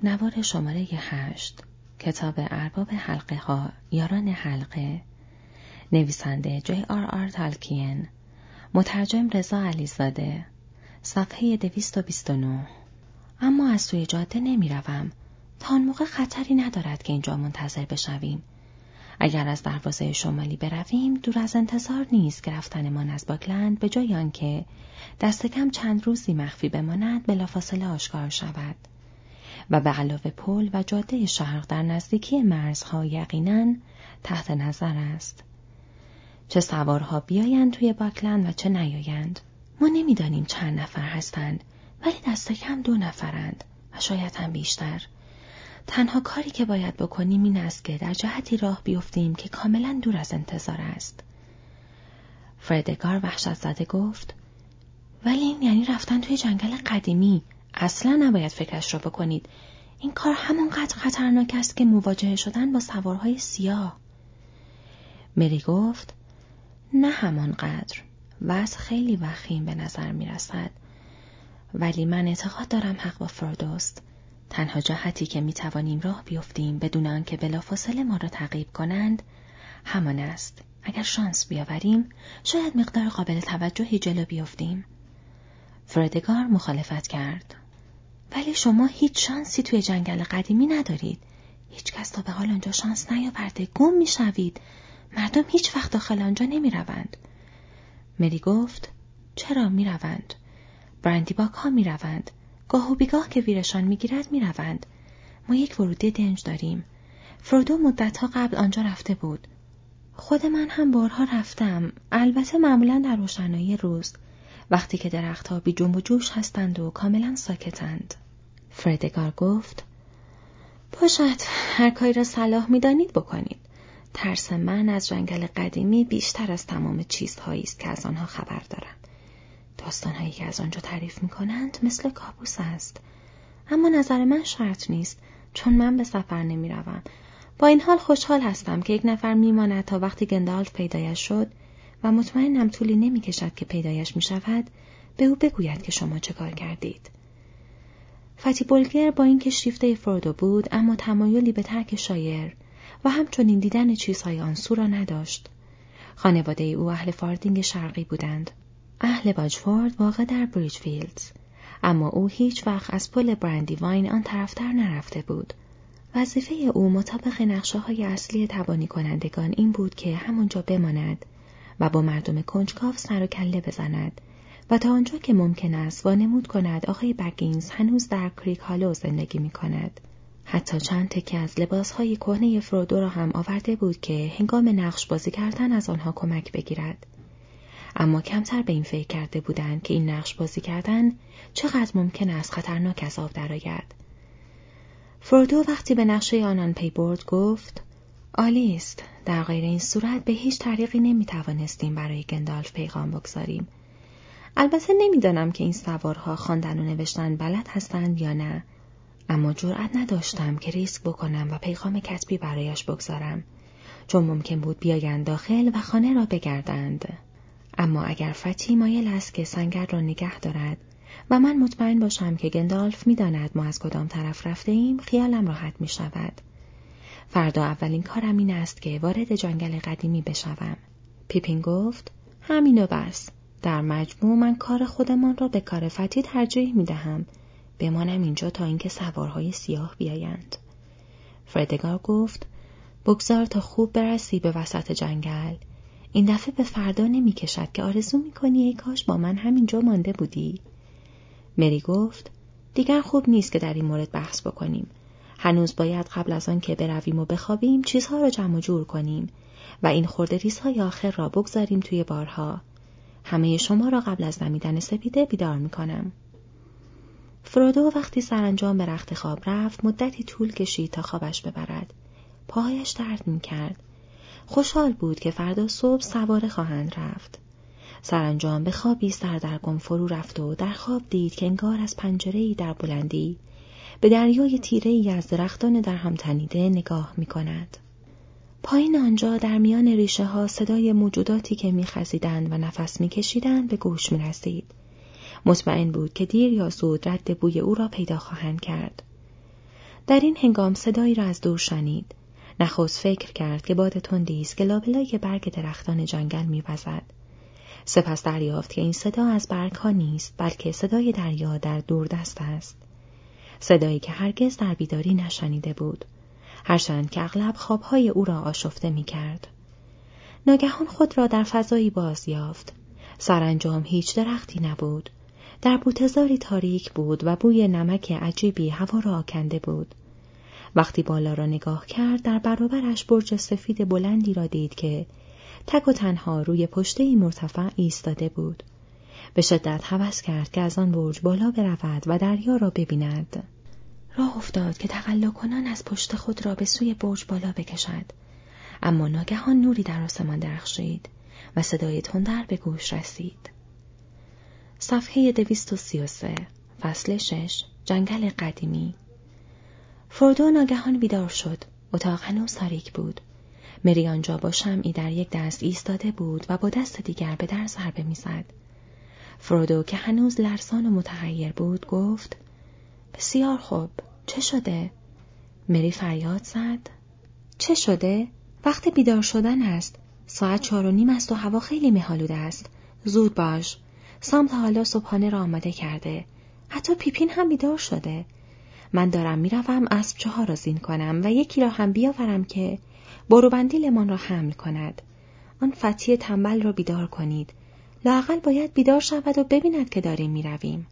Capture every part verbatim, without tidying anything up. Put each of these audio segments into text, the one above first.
نوار شماره هشت، کتاب ارباب حلقه ها، یاران حلقه، نویسنده جی آر آر تالکین، مترجم رضا علیزاده، صفحه دویست و بیست و نه. اما از سوی جاده نمی روم. تا آن موقع خطری ندارد که اینجا منتظر بشویم. اگر از دروازه شمالی برویم دور از انتظار نیست که رفتنمان از باکلند به جای آنکه دست کم چند روزی مخفی بماند بلافاصله آشکار شود. و به علاوه پل و جاده شرق در نزدیکی مرزها یقیناً تحت نظر است. چه سوارها بیایند توی باکلند و چه نیایند. ما نمیدانیم چند نفر هستند، ولی دست کم دو نفرند و شاید هم بیشتر. تنها کاری که باید بکنیم این است که در جهتی راه بیفتیم که کاملا دور از انتظار است. فردگار وحشت زده گفت: ولی این یعنی رفتن توی جنگل قدیمی. اصلا نباید فکرش را بکنید. این کار همانقدر خطرناک است که مواجهه شدن با سوارهای سیاه. مری گفت: نه همانقدر. وضع خیلی وخیم به نظر می رسد. ولی من اعتقاد دارم حق با فردوست. تنها جهتی که می توانیم راه بیفتیم بدون آنکه بلافاصله ما را تعقیب کنند همان است. اگر شانس بیاوریم شاید مقدار قابل توجهی جلو بیفتیم. فردگار مخالفت کرد: ولی شما هیچ شانسی توی جنگل قدیمی ندارید. هیچ کس تا به حال آنجا شانس نیاورده. گم می شوید. مردم هیچ وقت داخل آنجا نمی روند. مری گفت: چرا می روند؟ برندی باک ها می روند. گاه و بیگاه که ویرشان می گیرد می روند. ما یک ورودی دنج داریم. فرودو مدتها قبل آنجا رفته بود. خود من هم بارها رفتم. البته معمولا در روشنایی روز، وقتی که درختها بی جنب و جوش هستند و کاملا ساکتند. فردگار گفت: باشد، هر کاری را صلاح می دانید بکنید. ترس من از جنگل قدیمی بیشتر از تمام چیزهایی است که از آنها خبر دارم. داستانهایی که از آنجا تعریف می کنند مثل کابوس است. اما نظر من شرط نیست، چون من به سفر نمی روم. با این حال خوشحال هستم که یک نفر می ماند تا وقتی گندالف پیدایش شد و مطمئنم طولی نمی کشد که پیدایش می شود به او بگوید که شما چه کار کردید. فتیبولگر با اینکه شیفته فرودو بود اما تمایلی به ترک شایر و همچنین دیدن چیزهای آن سو را نداشت. خانواده او اهل فاردینگ شرقی بودند. اهل باجفورد واقع در بریجفیلدز. اما او هیچ وقت از پل برندیواین آن طرفتر نرفته بود. وظیفه او مطابق نقشه‌های اصلی تبانی کنندگان این بود که همونجا بماند و با مردم کنجکاو سر و کله بزند و تا آنجا که ممکن است وانمود کند آقای بگینز هنوز در کریک هالو زندگی می کند. حتی چند تکه از لباسهای کهنه فرودو را هم آورده بود که هنگام نقش بازی کردن از آنها کمک بگیرد. اما کمتر به این فکر کرده بودند که این نقش بازی کردن چقدر ممکن است خطرناک از آب درآید. فرودو وقتی به نقشه آنان پی برد گفت: عالی است. در غیر این صورت به هیچ طریقی نمی توانستیم برای گندالف پیغام بگذاریم. البته نمیدانم که این سوارها خواندن و نوشتن بلد هستند یا نه، اما جرئت نداشتم که ریسک بکنم و پیغام کتبی برایش بگذارم، چون ممکن بود بیایند داخل و خانه را بگردند. اما اگر فتی مایل است که سنگر را نگه دارد و من مطمئن باشم که گندالف می‌داند ما از کدام طرف رفته ایم، خیالم راحت می شود. فردا اولین کارم این است که وارد جنگل قدیمی بشوم. پیپین گفت: همین و بس. در مجموع من کار خودمان را به کار فتی ترجیح می دهم. بمانم اینجا تا اینکه سوارهای سیاه بیایند. فردگار گفت: بگذار تا خوب برسی به وسط جنگل. این دفعه به فردا نمی کشد که آرزو می کنی ای کاش با من همینجا مانده بودی. مری گفت: دیگر خوب نیست که در این مورد بحث بکنیم. هنوز باید قبل از آن که برویم و بخوابیم چیزها را جمع و جور کنیم و این خرده ریزهای آخر را بگذاریم توی بارها. همه شما را قبل از دمیدن سپیده بیدار می کنم. فرودو وقتی سرانجام به رخت خواب رفت مدتی طول کشید تا خوابش ببرد. پاهایش درد می کرد. خوشحال بود که فردا صبح سواره خواهند رفت. سرانجام به خوابی سردرگم فرو رفت و در خواب دید که انگار از پنجره‌ای در بلندی به دریای تیره‌ای از درختان در هم تنیده نگاه می کند. پایین آنجا در میان ریشه ها صدای موجوداتی که می خزیدند و نفس می کشیدند به گوش می رسید. مطمئن بود که دیر یا زود رد بوی او را پیدا خواهند کرد. در این هنگام صدایی را از دور شنید. نخست فکر کرد که باد تندی است که لابلای برگ درختان جنگل می‌وزد. سپس دریافت که این صدا از برگ‌ها نیست، بلکه صدای دریا در دوردست است. صدایی که هرگز در بیداری نشنیده بود، هرچند که اغلب خوابهای او را آشفته می‌کرد. ناگهان خود را در فضایی باز یافت. سرانجام هیچ درختی نبود. در بوته‌زاری تاریک بود و بوی نمک عجیبی هوا را آکنده بود. وقتی بالا را نگاه کرد، در برابرش برج سفید بلندی را دید که تک و تنها روی پشته‌ای مرتفع ایستاده بود. به شدت هوس کرد که از آن برج بالا برود و دریا را ببیند. راه افتاد که تقلا کنان از پشت خود را به سوی برج بالا بکشد. اما ناگهان نوری در آسمان درخشید و صدای تندر به گوش رسید. صفحه دویست و سی و سه، فصل شش، جنگل قدیمی. فردو ناگهان بیدار شد. اتاق هنوز تاریک بود. مری آنجا با شمعی در یک دست ایستاده بود و با دست دیگر به در ضربه می‌زد. فرودو که هنوز لرزان و متحیر بود گفت: بسیار خوب، چه شده؟ مری فریاد زد: چه شده؟ وقت بیدار شدن است. ساعت چهار و نیم است و هوا خیلی مه‌آلود است. زود باش. سام تا حالا صبحانه را آماده کرده. حتی پیپین هم بیدار شده. من دارم میروم اسب چهار را زین کنم و یکی را هم بیاورم که بروبندیلمان را حمل کند. آن فتی تنبل را بیدار کنید. لااقل باید بیدار شود و ببیند که داریم میرویم.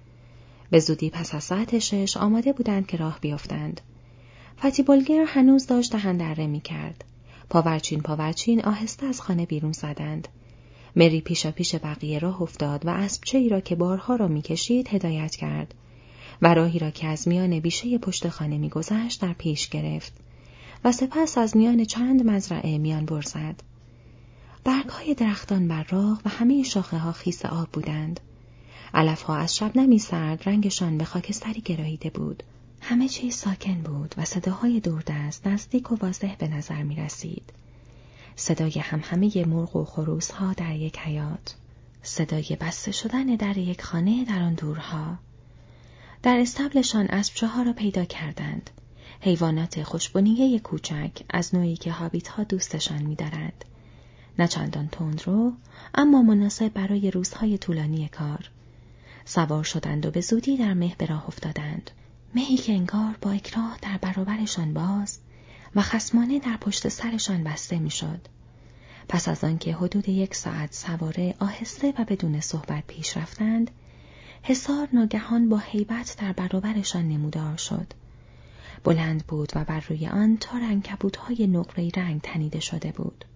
به زودی پس از ساعت شش آماده بودند که راه بیافتند. فتی بلگر هنوز داشت دهن دره میکرد. پاورچین پاورچین آهسته از خانه بیرون زدند. مری پیشا پیش بقیه راه افتاد و اسبچه‌ای را که بارها را میکشید هدایت کرد و راهی را که از میان بیشه پشت خانه میگذشت در پیش گرفت و سپس از میان چند مزرعه میان برزد. برگ‌های درختان براق و همه شاخه‌ها خیس آب بودند. علف‌ها از شبنمی سرد رنگشان به خاکستری گراییده بود. همه چیز ساکن بود و صداهای دوردست نزدیک و واضح به نظر می رسید. صدای همهمه مرغ و خروس‌ها در یک حیاط. صدای بسته شدن در یک خانه در آن دورها. در استبلشان اسبچه‌ها را پیدا کردند. حیوانات خوشبنیه کوچک از نوعی که هابیت‌ها دوستشان می‌دارند. نه چندان تندرو، اما مناسب برای روزهای طولانی کار. سوار شدند و به زودی در مه به راه افتادند. مهی که انگار با اکراه در برابرشان باز و خصمانه در پشت سرشان بسته می‌شد. پس از آنکه حدود یک ساعت سواره آهسته و بدون صحبت پیش رفتند، حصار ناگهان با هیبت در برابرشان نمودار شد. بلند بود و بر روی آن تار عنکبوت‌های نقره‌ای رنگ تنیده شده بود.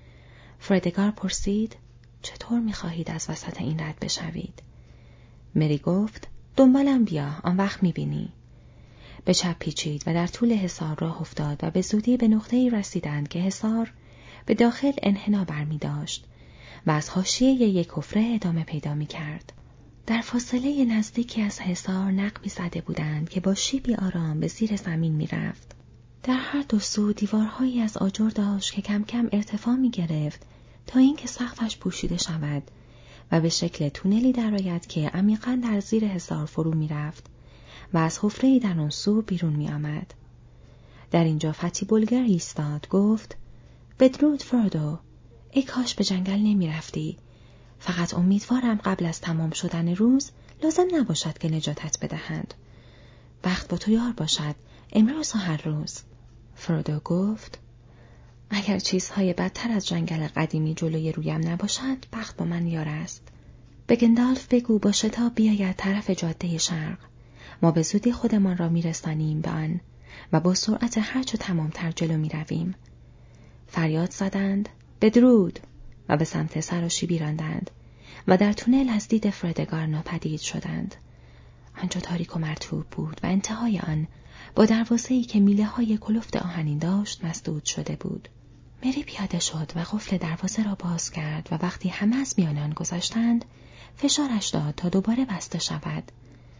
فردگار پرسید: چطور می‌خواهید از وسط این رد بشوید؟ مری گفت: دنبالم بیا، آن وقت می‌بینی. به چپ پیچید و در طول حصار راه افتاد و به زودی به نقطه‌ای رسیدند که حصار به داخل انحنا برمی‌داشت و از حاشیه یک حفره ادامه پیدا می‌کرد. در فاصله نزدیکی از حصار نقبی زده بودند که با شیبی آرام به زیر زمین می‌رفت. در هر دو سو دیوارهایی از آجر داشت که کم کم ارتفاع می‌گرفت تا اینکه سقفش پوشیده شود و به شکل تونلی درآید که عمیقاً در زیر حصار فرو می‌رفت و از حفره‌ای در آن سو بیرون می‌آمد. در اینجا فتی بلگر ایستاد، گفت: بدرود فردو، ای کاش به جنگل نمی‌رفتی. فقط امیدوارم قبل از تمام شدن روز لازم نباشد که نجاتت بدهند. بخت با تو یار باشد، امروز و هر روز. فرودو گفت: اگر چیزهای بدتر از جنگل قدیمی جلوی رویم نباشد، بخت با من یار است. به گندالف بگو با شتاب بیاید طرف جاده شرق. ما به زودی خودمان را میرسانیم به آن و با سرعت هرچه تمامتر جلو میرویم. فریاد زدند: بدرود، و به سمت سراشیبی راندند و در تونل از دید فردگار ناپدید شدند. آنجا تاریک و مرطوب بود و انتهای آن با دروازه‌ای که میله‌های کلفت آهنین داشت مسدود شده بود. مری پیاده شد و قفل دروازه را باز کرد و وقتی همه از میان آن گذشتند فشارش داد تا دوباره بسته شود.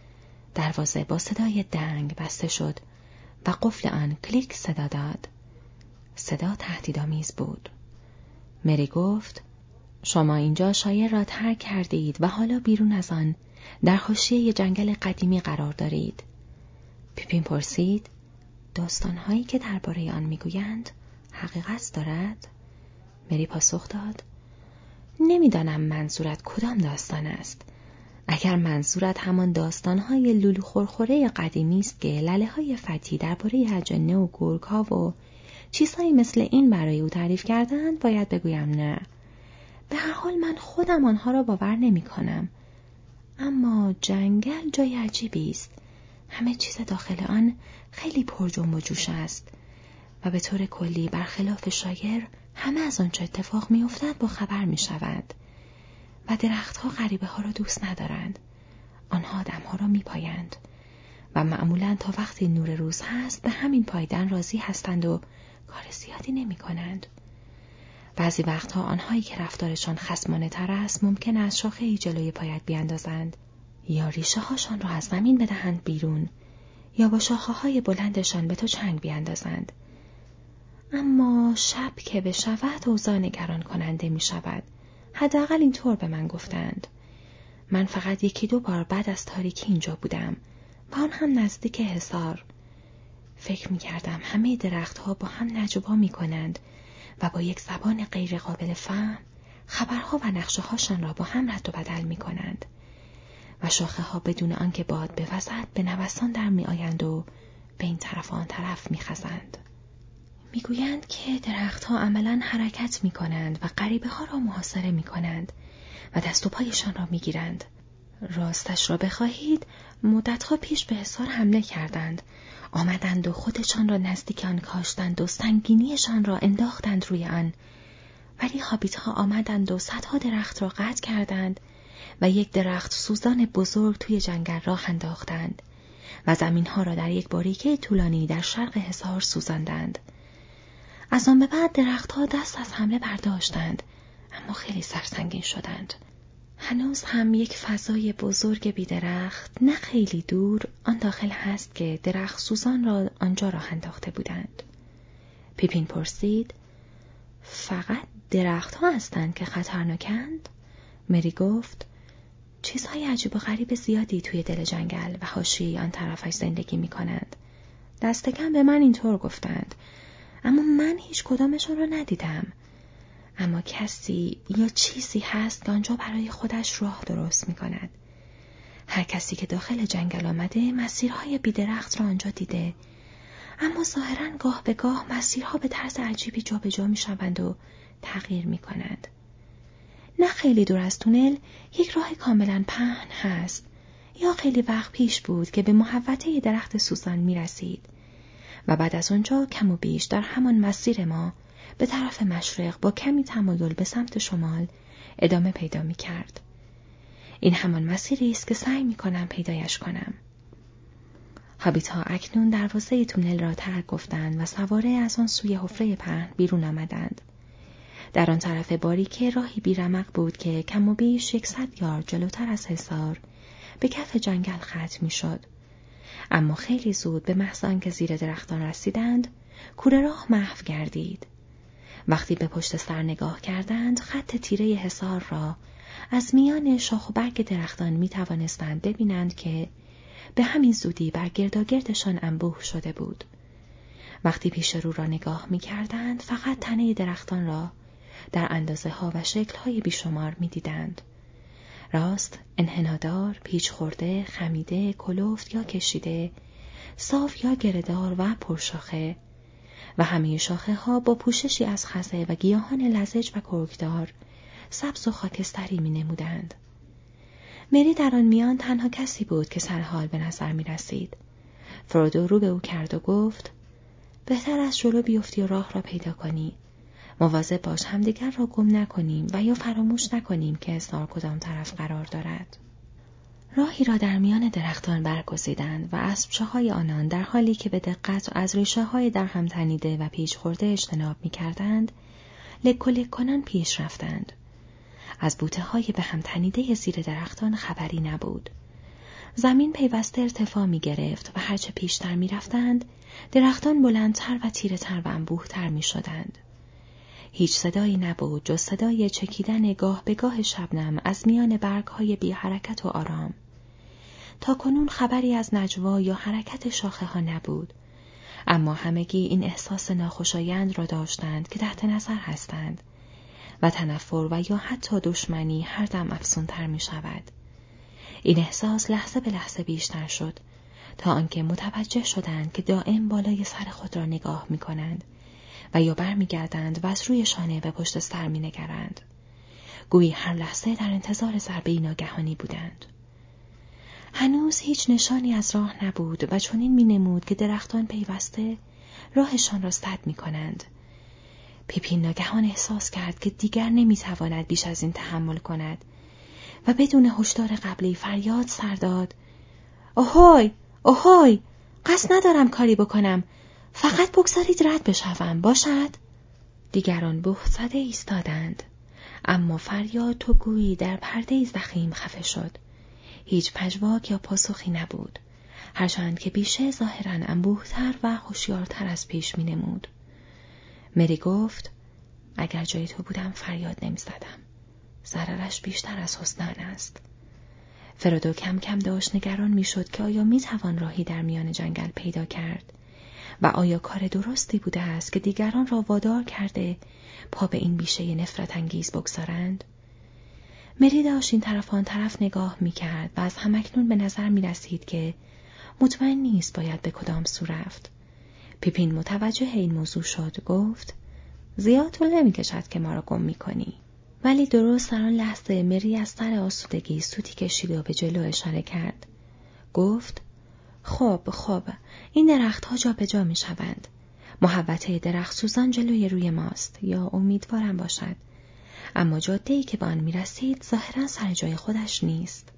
دروازه با صدای دنگ بسته شد و قفل آن کلیک صدا داد. صدا تهدیدآمیز بود. مری گفت: شما اینجا شایر را ترک کردید و حالا بیرون از آن در حاشیه جنگل قدیمی قرار دارید. پیپین پرسید: داستان‌هایی که درباره آن میگویند حقیقت دارد؟ مری پاسخ داد: نمیدانم منظورت کدام داستان است. اگر منظورت همان داستان‌های لولو خورخوره قدیمی است که لاله‌های فتی درباره اجنه و گرگ‌ها و چیزهایی مثل این برای او تعریف کردند، باید بگویم نه. به هر حال من خودم آنها را باور نمی‌کنم. اما جنگل جای عجیبی است. همه چیز داخل آن خیلی پر جنب و جوش است و به طور کلی برخلاف شایر همه از آنچه اتفاق می‌افتد با خبر می‌شوند. و درختها غریبه ها را دوست ندارند. آنها آدمها را میپایند و معمولاً تا وقتی نور روز هست به همین پایدن راضی هستند و کار زیادی نمی کنند. بعضی وقتها آنهایی که رفتارشان خصمانه تر است ممکن است شاخه‌ای جلوی پایت بیاندازند یا ریشه هاشان را از زمین بدهند بیرون یا با شاخه های بلندشان به تو چنگ بیاندازند. اما شب که بشود اوضاع نگران کننده می شود. حداقل اینطور به من گفتند. من فقط یکی دو بار بعد از تاریکی اینجا بودم و آن هم نزدیک حصار. فکر می کردم همه درختها با هم نجوا می کنند و با یک زبان غیر قابل فهم خبرها و نقشه هاشان را با هم رد و بدل می کنند و شاخه ها بدون آنکه باد بوزد به نوسان در می آیند و به این طرف آن طرف می خزند. میگویند که درختها عملاً حرکت می کنند و غریبه ها را محاصره می کنند و دست و پایشان را می گیرند. راستش را بخواهید مدتها پیش به حصار حمله کردند. آمدند و خودشان را نزدیک آن کاشتند و سنگینیشان را انداختند روی آن. ولی هابیت‌ها آمدند و صدها درخت را قطع کردند و یک درخت سوزان بزرگ توی جنگل راه انداختند و زمینها را در یک باریکه طولانی در شرق حصار سوزاندند. از آن به بعد درختها دست از حمله برداشتند، اما خیلی سرسنگین شدند. هنوز هم یک فضای بزرگ بی درخت نه خیلی دور آن داخل هست که درخت سوزان را آنجا راه انداخته بودند. پیپین پرسید: فقط درختها هستند که خطرناکند؟ مری گفت: چیزهای عجیب و غریب زیادی توی دل جنگل و حاشیه آن طرفش زندگی می کنند. دست کم به من اینطور گفتند، اما من هیچ کدامشون را ندیدم. اما کسی یا چیزی هست که آنجا برای خودش راه درست می کند. هر کسی که داخل جنگل آمده مسیرهای بی‌درخت را آنجا دیده، اما ظاهراً گاه به گاه مسیرها به طرز عجیبی جا به جا می شوند و تغییر می کنند. نه خیلی دور از تونل یک راه کاملاً پهن هست. یا خیلی وقت پیش بود که به محوطه درخت سوزان می رسید و بعد از آنجا کم و بیش در همان مسیر ما به طرف مشرق با کمی تمایل به سمت شمال ادامه پیدا می کرد. این همان مسیری است که سعی می کنم پیدایش کنم. هابیت‌ها اکنون دروازه تونل را ترک گفتند و سواره از آن سوی حفره پهن بیرون آمدند. در آن طرف باریکه راهی بیرمق بود که کم و بیش یکصد یارد جلوتر از حصار به کف جنگل ختم می شد. اما خیلی زود به محض آنکه زیر درختان رسیدند، کوره راه محو گردید. وقتی به پشت سر نگاه کردند، خط تیره حصار را از میان شاخ و برگ درختان می توانستند ببینند که به همین زودی بر گرداگردشان انبوه شده بود. وقتی پیش رو را نگاه می کردند، فقط تنه درختان را در اندازه ها و شکل های بیشمار می دیدند. راست، انحنادار، پیچ خورده، خمیده، کلفت یا کشیده، صاف یا گردار و پرشاخه و همه شاخه ها با پوششی از خزه و گیاهان لزج و کرکدار، سبز و خاکستری می نمودند. مری در آن میان تنها کسی بود که سرحال به نظر می رسید. فرودو رو به او کرد و گفت: بهتر از جلو بیفتی و راه را پیدا کنی. مواظب باش همدیگر را گم نکنیم و یا فراموش نکنیم که حصار کدام طرف قرار دارد. راهی را در میان درختان برگزیدند و اسبچه‌های آنان در حالی که به دقت از ریشه‌های در هم تنیده و پیچ خورده اجتناب می‌کردند، لک و لک کنان پیش رفتند. از بوته‌های به هم تنیده زیر درختان خبری نبود. زمین پیوسته ارتفاع می‌گرفت و هرچه پیشتر می‌رفتند، درختان بلندتر و تیره‌تر و انبوه‌تر می‌شدند. هیچ صدایی نبود جز صدای چکیدن گاه به گاه شبنم از میان برگ‌های بی حرکت و آرام. تا کنون خبری از نجوا یا حرکت شاخه ها نبود. اما همگی این احساس ناخوشایند را داشتند که تحت نظر هستند و تنفر و یا حتی دشمنی هر دم افزونتر می شود. این احساس لحظه به لحظه بیشتر شد تا آنکه متوجه شدند که دائم بالای سر خود را نگاه می کنند و یا بر می گردند و از روی شانه به پشت سر می نگرند. گویی هر لحظه در انتظار ضربه‌ای ناگهانی بودند. هنوز هیچ نشانی از راه نبود و چنین می نمود که درختان پیوسته راهشان را سد می کنند. پیپین ناگهان احساس کرد که دیگر نمی تواند بیش از این تحمل کند و بدون هشدار قبلی فریاد سر داد: اوهای! اوهای! قصد ندارم کاری بکنم، فقط بگذارید رد بشوم، باشد؟ دیگران بهت زده ایستادند، اما فریاد تو گویی در پرده ضخیم خفه شد. هیچ پژواک یا پاسخی نبود، هرچند که بیشه ظاهراً انبوهتر و هوشیارتر از پیش می نمود. مری گفت: اگر جای تو بودم فریاد نمی زدم. ضررش بیشتر از حسن آن است. فرودو کم کم داشت نگران می شد که آیا می توان راهی در میان جنگل پیدا کرد و آیا کار درستی بوده است که دیگران را وادار کرده پا به این بیشه نفرت انگیز بگذارند. مری داشت این طرف آن طرف نگاه می کرد و از همکنون به نظر می رسید که مطمئن نیست باید به کدام سو رفت. پیپین متوجه این موضوع شد، گفت: زیاد طول نمی کشد که ما را گم می کنی. ولی درست در آن لحظه مری از سر آسودگی سوتی کشید و به جلو اشاره کرد. گفت: خب خب این درخت ها جا به جا می شوند. محوطه درخت سوزان جلوی روی ماست، یا امیدوارم باشد. اما جاده‌ای که به آن می رسید ظاهراً سر جای خودش نیست.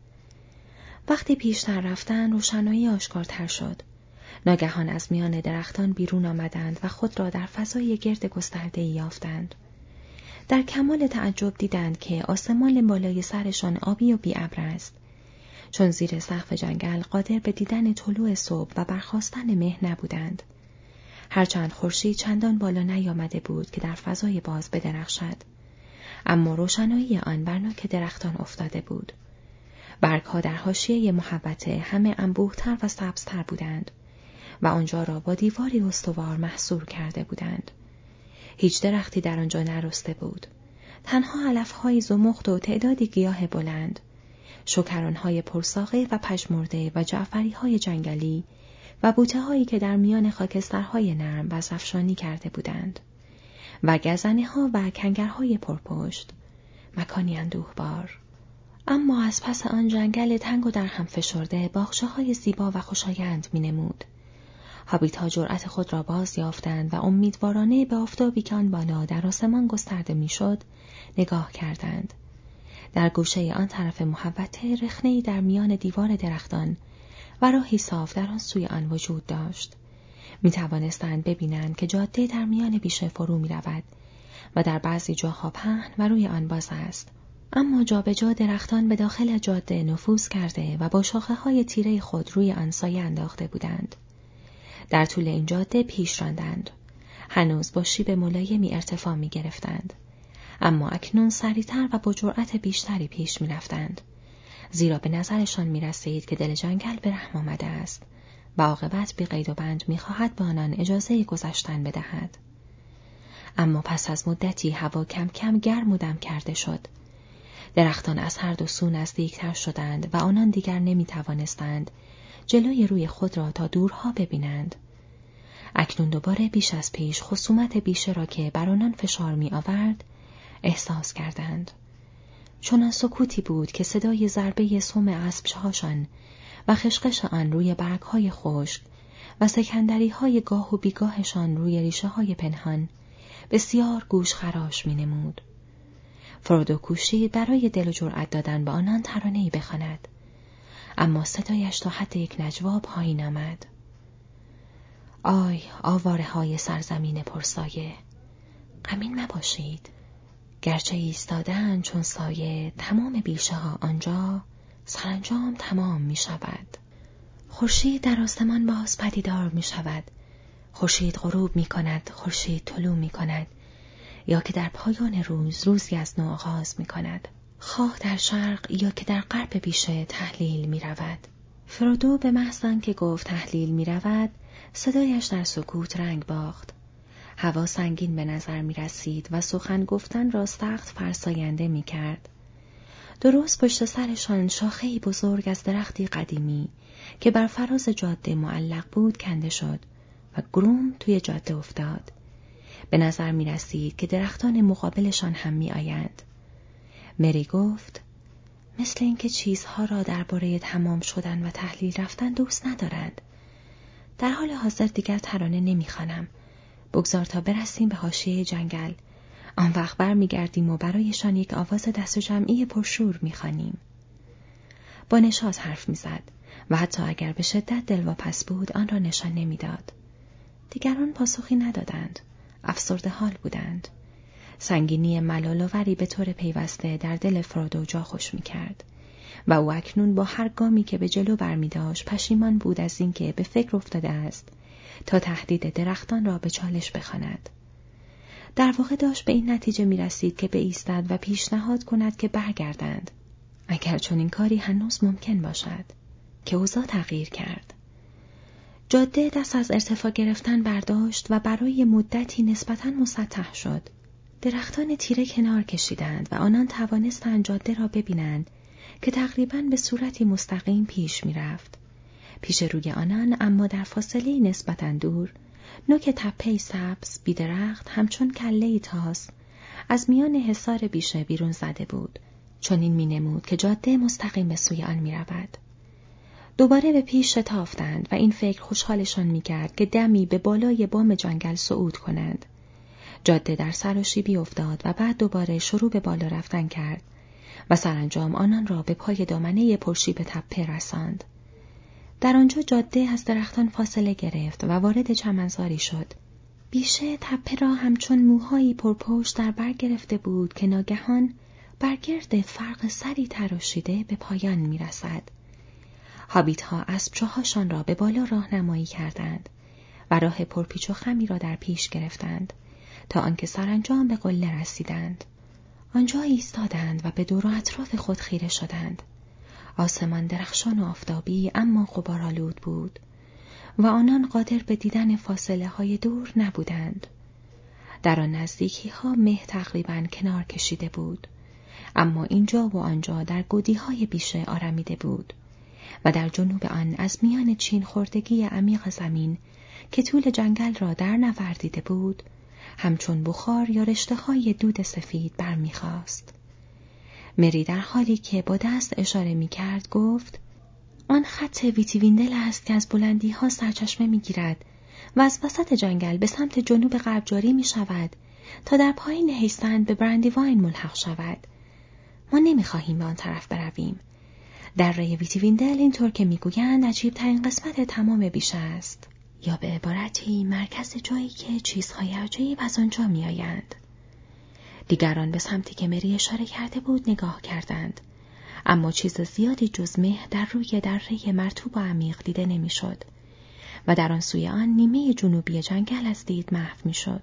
وقتی پیشتر رفتن روشنایی آشکارتر شد. ناگهان از میان درختان بیرون آمدند و خود را در فضای گرد گسترده‌ای یافتند. در کمال تعجب دیدند که آسمان بالای سرشان آبی و بی ابر است، چون زیر سقف جنگل قادر به دیدن طلوع صبح و برخاستن مه نبودند. هرچند خورشید چندان بالا نیامده بود که در فضای باز بدرخشد، اما روشنایی آن بر نوک درختان افتاده بود. برگ‌ها در حاشیه محوطه همه انبوهتر و سبزتر بودند و آنجا را با دیواری استوار محصور کرده بودند. هیچ درختی در آنجا نرسته بود. تنها علف‌های زمخت و تعدادی گیاه بلند، شکران‌های پرساقه و پژمرده و جعفری‌های جنگلی و بوته‌هایی که در میان خاکسترهای نرم بزفشانی کرده بودند و گزنه‌ها و کنگرهای پرپشت، مکانی اندوهبار. اما از پس آن جنگل تنگ و در هم فشرده باغچه‌های زیبا و خوشایند می‌نمود. هابیت‌ها جرأت خود را باز یافتند و امیدوارانه به آفتابی که آن بالا در آسمان گسترده می‌شد نگاه کردند. در گوشه آن طرف محوطه رخنه‌ای در میان دیوار درختان و راهی صاف در آن سوی آن وجود داشت. می توانستند ببینند که جاده در میان بیشه فرو می رود و در بعضی جاها پهن و روی آن باز است. اما جا به جا درختان به داخل جاده نفوذ کرده و با شاخه های تیره خود روی آن سایه انداخته بودند. در طول این جاده پیش راندند. هنوز با شیب ملایمی ارتفاع می گرفتند. اما اکنون سریعتر و با جرأت بیشتری پیش می رفتند. زیرا به نظرشان می رسید که دل جنگل به رحم آمده است و عاقبت بی قید و بند می خواهد به آنان اجازه گذشتن بدهد. اما پس از مدتی هوا کم کم گرم و دم کرده شد. درختان از هر دو سو نزدیکتر شدند و آنان دیگر نمی توانستند جلوی روی خود را تا دورها ببینند. اکنون دوباره بیش از پیش خصومت بیشه را که بر آنان فشار می آورد احساس کردند. چنان سکوتی بود که صدای ضربه سم اسب‌هاشان و خشخش آن روی برگ‌های خشک و سکندری‌های گاه و بیگاهشان روی ریشه‌های پنهان بسیار گوش خراش می‌نمود. فرودو کوشید برای دل و جرأت دادن به آنان ترانه‌ای بخواند، اما صدایش تا حد یک نجوا پایین آمد. آی آواره‌های سرزمین پرسایه، غمین مباشید. گرچه ایستادن چون سایه تمام بیشه ها آنجا، سرانجام تمام می شود. خورشید در آسمان باز پدیدار می شود. خورشید غروب می کند، خورشید طلوع می کند، یا که در پایان روز روزی از نو آغاز می کند. خواه در شرق یا که در غرب بیشه تحلیل می رود. فرودو به محض آنکه گفت تحلیل می رود، صدایش در سکوت رنگ باخت. هوا سنگین به نظر می رسید و سخن گفتن را سخت فرساینده می کرد. درست پشت سرشان شاخه‌ای بزرگ از درختی قدیمی که بر فراز جاده معلق بود کنده شد و گروم توی جاده افتاد. به نظر می رسید که درختان مقابلشان هم می آیند. مری گفت مثل اینکه چیزها را درباره تمام شدن و تحلیل رفتن دوست ندارند. در حال حاضر دیگر ترانه نمی خوانم. بگذار تا برسیم به حاشیه جنگل. آن وقت بر می گردیم و برایشان یک آواز دست جمعی پرشور می خوانیم. با نشاط حرف می زد و حتی اگر به شدت دلواپس بود آن را نشان نمی داد. دیگران پاسخی ندادند. افسرده حال بودند. سنگینی ملال‌آوری به طور پیوسته در دل فرودو جا خوش می کرد و او اکنون با هر گامی که به جلو برمی داشت پشیمان بود از اینکه به فکر افتاده است تا تهدید درختان را به چالش بخواند. در واقع داشت به این نتیجه می رسید که بایستد و پیشنهاد کند که برگردند، اگر چنین کاری هنوز ممکن باشد، که اوضاع تغییر کرد. جاده دست از ارتفاع گرفتن برداشت و برای مدتی نسبتاً مسطح شد. درختان تیره کنار کشیدند و آنان توانستند جاده را ببینند که تقریباً به صورتی مستقیم پیش می رفت. پیش روی آنان اما در فاصله نسبتاً دور، نوک تپه‌ای سبز بی‌درخت همچون کله‌ای تاس از میان حصار بیشه بیرون زده بود، چون این می نمود که جاده مستقیم به سوی آن می رود. دوباره به پیش شتافتند و این فکر خوشحالشان می کرد که دمی به بالای بام جنگل صعود کنند. جاده در سراشیبی افتاد و بعد دوباره شروع به بالا رفتن کرد و سرانجام آنان را به پای دامنه پرشیب تپه رساند. در آنجا جاده از درختان فاصله گرفت و وارد چمنزاری شد. بیشه تپه را همچون موهایی پرپشت در بر گرفته بود که ناگهان برگرد فرق سری تراشیده به پایان می رسد. هابیت‌ها اسبچوهاشان را به بالا راهنمایی کردند و راه پرپیچ و خمی را در پیش گرفتند تا آنکه سرانجام به قله رسیدند. آنجا ایستادند و به دور و اطراف خود خیره شدند. آسمان درخشان و آفتابی اما غبارآلود بود و آنان قادر به دیدن فاصله های دور نبودند. در آن نزدیکی ها مه تقریباً کنار کشیده بود، اما اینجا و آنجا در گودی های بیشه آرمیده بود و در جنوب آن از میان چین خوردگی عمیق زمین که طول جنگل را در نوردیده بود، همچون بخار یا رشته های دود سفید برمیخاست. مری در حالی که با دست اشاره می کرد گفت آن خط ویتیویندل است که از بلندی ها سرچشمه می گیرد و از وسط جنگل به سمت جنوب غرب جاری می شود تا در پایین هیستند به براندیواین ملحق شود. ما نمی خواهیم به آن طرف برویم. دره ویتیویندل اینطور که می گویند عجیب ترین قسمت تمام بیشه است، یا به عبارتی مرکز جایی که چیزهای عجیب از آنجا می آیند. دیگران به سمتی که مری اشاره کرده بود نگاه کردند، اما چیز زیادی جز مه در روی دره مرطوب و عمیق دیده نمی شد و در آن سوی آن نیمه جنوبی جنگل از دید محو می شد.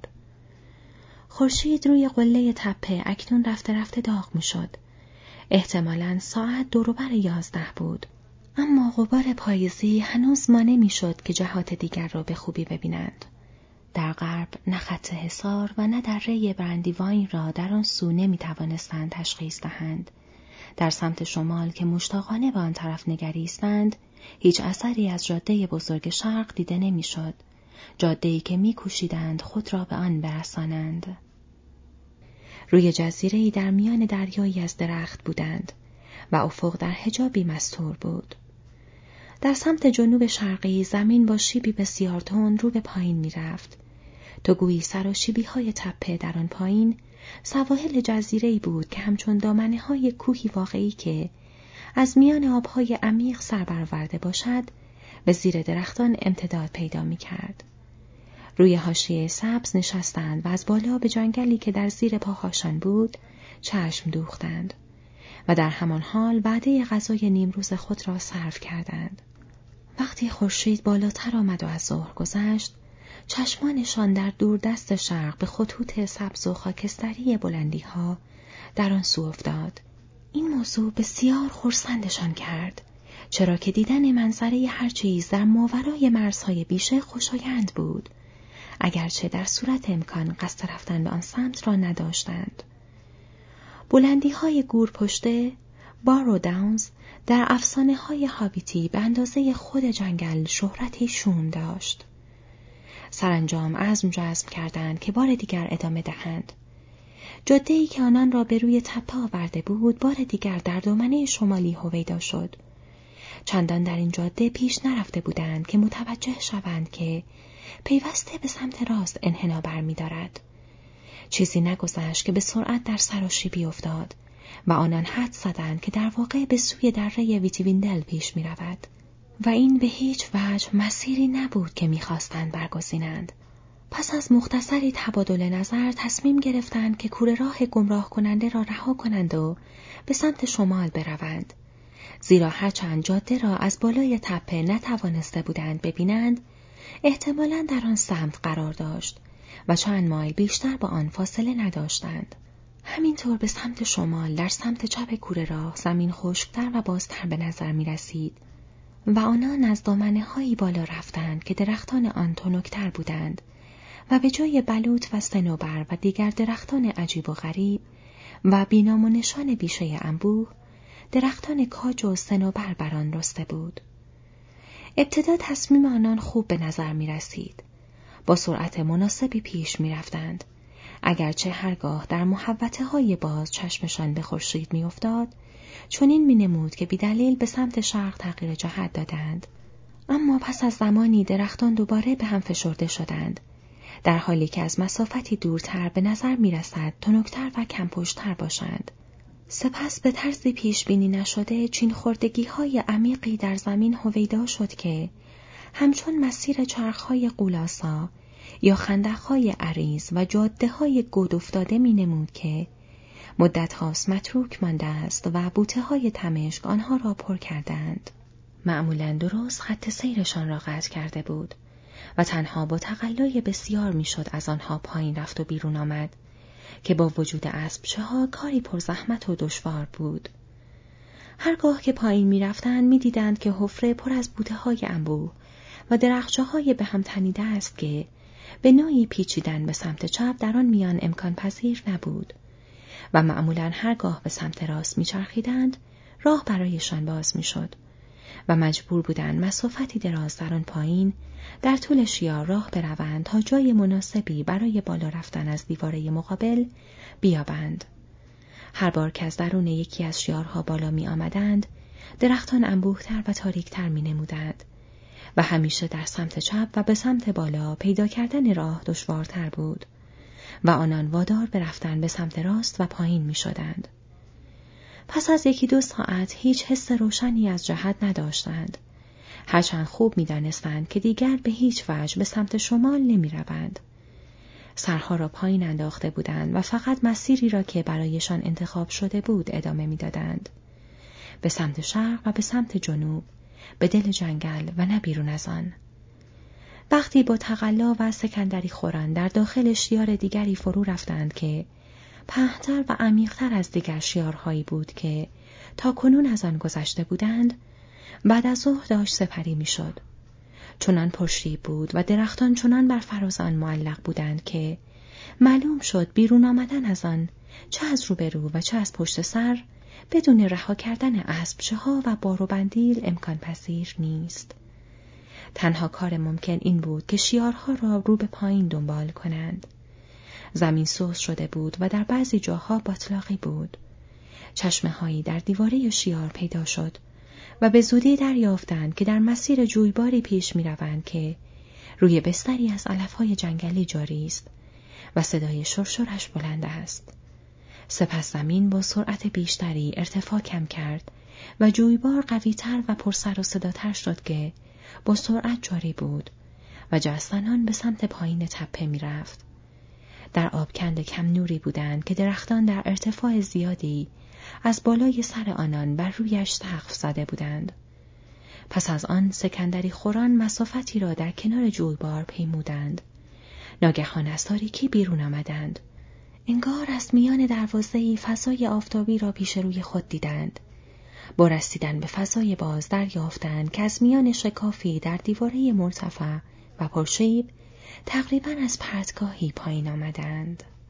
خورشید روی قله تپه اکنون رفته رفته داغ می شد. احتمالاً ساعت دور و بر یازده بود، اما غبار پاییزی هنوز مانع می شد که جهات دیگر را به خوبی ببینند. در غرب نه خط حصار و نه دره براندیواین را در آن سو نمی توانستند تشخیص دهند. در سمت شمال که مشتاقانه به آن طرف نگریستند، هیچ اثری از جاده بزرگ شرق دیده نمی شد. جاده‌ای که می کوشیدند خود را به آن برسانند. روی جزیره‌ای در میان دریایی از درخت بودند و افق در حجابی مستور بود. در سمت جنوب شرقی زمین با شیبی بسیار تند رو به پایین می رفت. تو گویی سراشیبی های تپه در آن پایین سواحل جزیره‌ای بود که همچون دامنه های کوهی واقعی که از میان آبهای عمیق سر برآورده باشد به زیر درختان امتداد پیدا می کرد. روی حاشیه سبز نشستند و از بالا به جنگلی که در زیر پاهاشان بود چشم دوختند و در همان حال وعده غذای نیمروز خود را صرف کردند. وقتی خورشید بالاتر آمد و از ظهر گذشت، چشمانشان در دور دست شرق به خطوط سبز و خاکستری بلندی ها در آن سو افتاد. این موضوع بسیار خرسندشان کرد، چرا که دیدن منظره هر چیز در ماورای مرزهای بیشه خوشایند بود، اگرچه در صورت امکان قصد رفتن به آن سمت را نداشتند. بلندی های گور پشته، بارو داونز، در افسانه های هابیتی به اندازه خود جنگل شهرتی شوم داشت. سرانجام عزم جزم کردند که بار دیگر ادامه دهند. جاده‌ای که آنان را به روی تپه آورده بود بار دیگر در دامنه شمالی هویدا شد. چندان در این جاده پیش نرفته بودند که متوجه شوند که پیوسته به سمت راست انحنا برمی‌دارد. چیزی نگذشت که به سرعت در سراشیبی افتاد و آنان حد زدند که در واقع به سوی دره ویتیویندل پیش می رود و این به هیچ وجه مسیری نبود که می خواستند برگزینند. پس از مختصری تبادل نظر تصمیم گرفتند که کوره راه گمراه کننده را رها کنند و به سمت شمال بروند، زیرا هرچند جاده را از بالای تپه نتوانسته بودند ببینند، احتمالاً در آن سمت قرار داشت و چند مایل بیشتر با آن فاصله نداشتند. همینطور به سمت شمال در سمت چپ کوره راه زمین خشک‌تر و بازتر به نظر می رسید و آنان از دامنه هایی بالا رفتند که درختان آن تنکتر بودند و به جای بلوط و صنوبر و دیگر درختان عجیب و غریب و بینام و نشان بیشه انبوه، درختان کاج و صنوبر بر آن رسته بود. ابتدا تصمیم آنان خوب به نظر می رسید. با سرعت مناسبی پیش می رفتند. اگرچه هرگاه در محوطه های باز چشمشان به خورشید می افتاد، چنین می نمود که بیدلیل به سمت شرق تغییر جهت دادند. اما پس از زمانی درختان دوباره به هم فشرده شدند، در حالی که از مسافتی دورتر به نظر می رسد تنکتر و کمپشتر باشند. سپس به طرزی پیش بینی نشده چین خوردگی های عمیقی در زمین هویدا شد که همچون مسیر چرخهای قولاسا یا خندقهای عریض و جاده های گود افتاده می نمود که مدت هاست متروک مانده است و بوته های تمشک آنها را پر کردند. معمولاً درست خط سیرشان را قطع کرده بود و تنها با تقلای بسیار می شد از آنها پایین رفت و بیرون آمد که با وجود اسبچه ها کاری پر زحمت و دشوار بود. هرگاه که پایین می رفتند می دیدند که حفره پر از بوته های انبوه و درخچه های به هم تنیده است که به نوعی پیچیدن به سمت چپ در آن میان امکان پذیر نبود و معمولاً هرگاه به سمت راست می چرخیدند راه برایشان باز می شد و مجبور بودند مسافتی دراز در آن پایین در طول شیار راه بروند تا جای مناسبی برای بالا رفتن از دیواره مقابل بیابند. هر بار که از درون یکی از شیارها بالا می آمدند، درختان انبوهتر و تاریکتر می نمودند و همیشه در سمت چپ و به سمت بالا پیدا کردن راه دشوارتر بود و آنان وادار به رفتن به سمت راست و پایین می شدند. پس از یکی دو ساعت هیچ حس روشنی از جهت نداشتند، هرچند خوب می دانستند که دیگر به هیچ وجه به سمت شمال نمی روند. سرها را پایین انداخته بودند و فقط مسیری را که برایشان انتخاب شده بود ادامه می دادند. به سمت شرق و به سمت جنوب، به دل جنگل و نه بیرون از آن. وقتی با تقلا و سکندری خوران در داخل شیار دیگری فرو رفتند که پهن‌تر و عمیق‌تر از دیگر شیارهایی بود که تا کنون از آن گذشته بودند، بعد از ظهر داشت سپری می‌شد. چنان پرشیب بود و درختان چنان بر فراز آن معلق بودند که معلوم شد بیرون آمدن از آن چه از روبرو و چه از پشت سر بدون رها کردن اسبچه‌ها و بار و بندیل امکان پذیر نیست. تنها کار ممکن این بود که شیارها را رو به پایین دنبال کنند. زمین سوس شده بود و در بعضی جاها باتلاقی بود. چشمه‌هایی در دیواره شیار پیدا شد و به زودی دریافتند که در مسیر جویباری پیش می روند که روی بستری از علف‌های جنگلی جاری است و صدای شرشرش بلند است. سپس زمین با سرعت بیشتری ارتفاع کم کرد و جویبار قوی‌تر و پرسر و صداتر شد که با سرعت جاری بود و جستنان به سمت پایین تپه می رفت. در آبکند کم نوری بودند که درختان در ارتفاع زیادی از بالای سر آنان بر رویش سقف زده بودند. پس از آن سکندری خوران مسافتی را در کنار جویبار پیمودند. ناگهان از تاریکی بیرون آمدند. انگار از میان دروازه‌ای فضای آفتابی را پیش روی خود دیدند. با رسیدن به فضای باز دریافتند که از میان شکافی در دیواره مرتفع و پرشیب تقریباً از پرتگاهی پایین آمدند.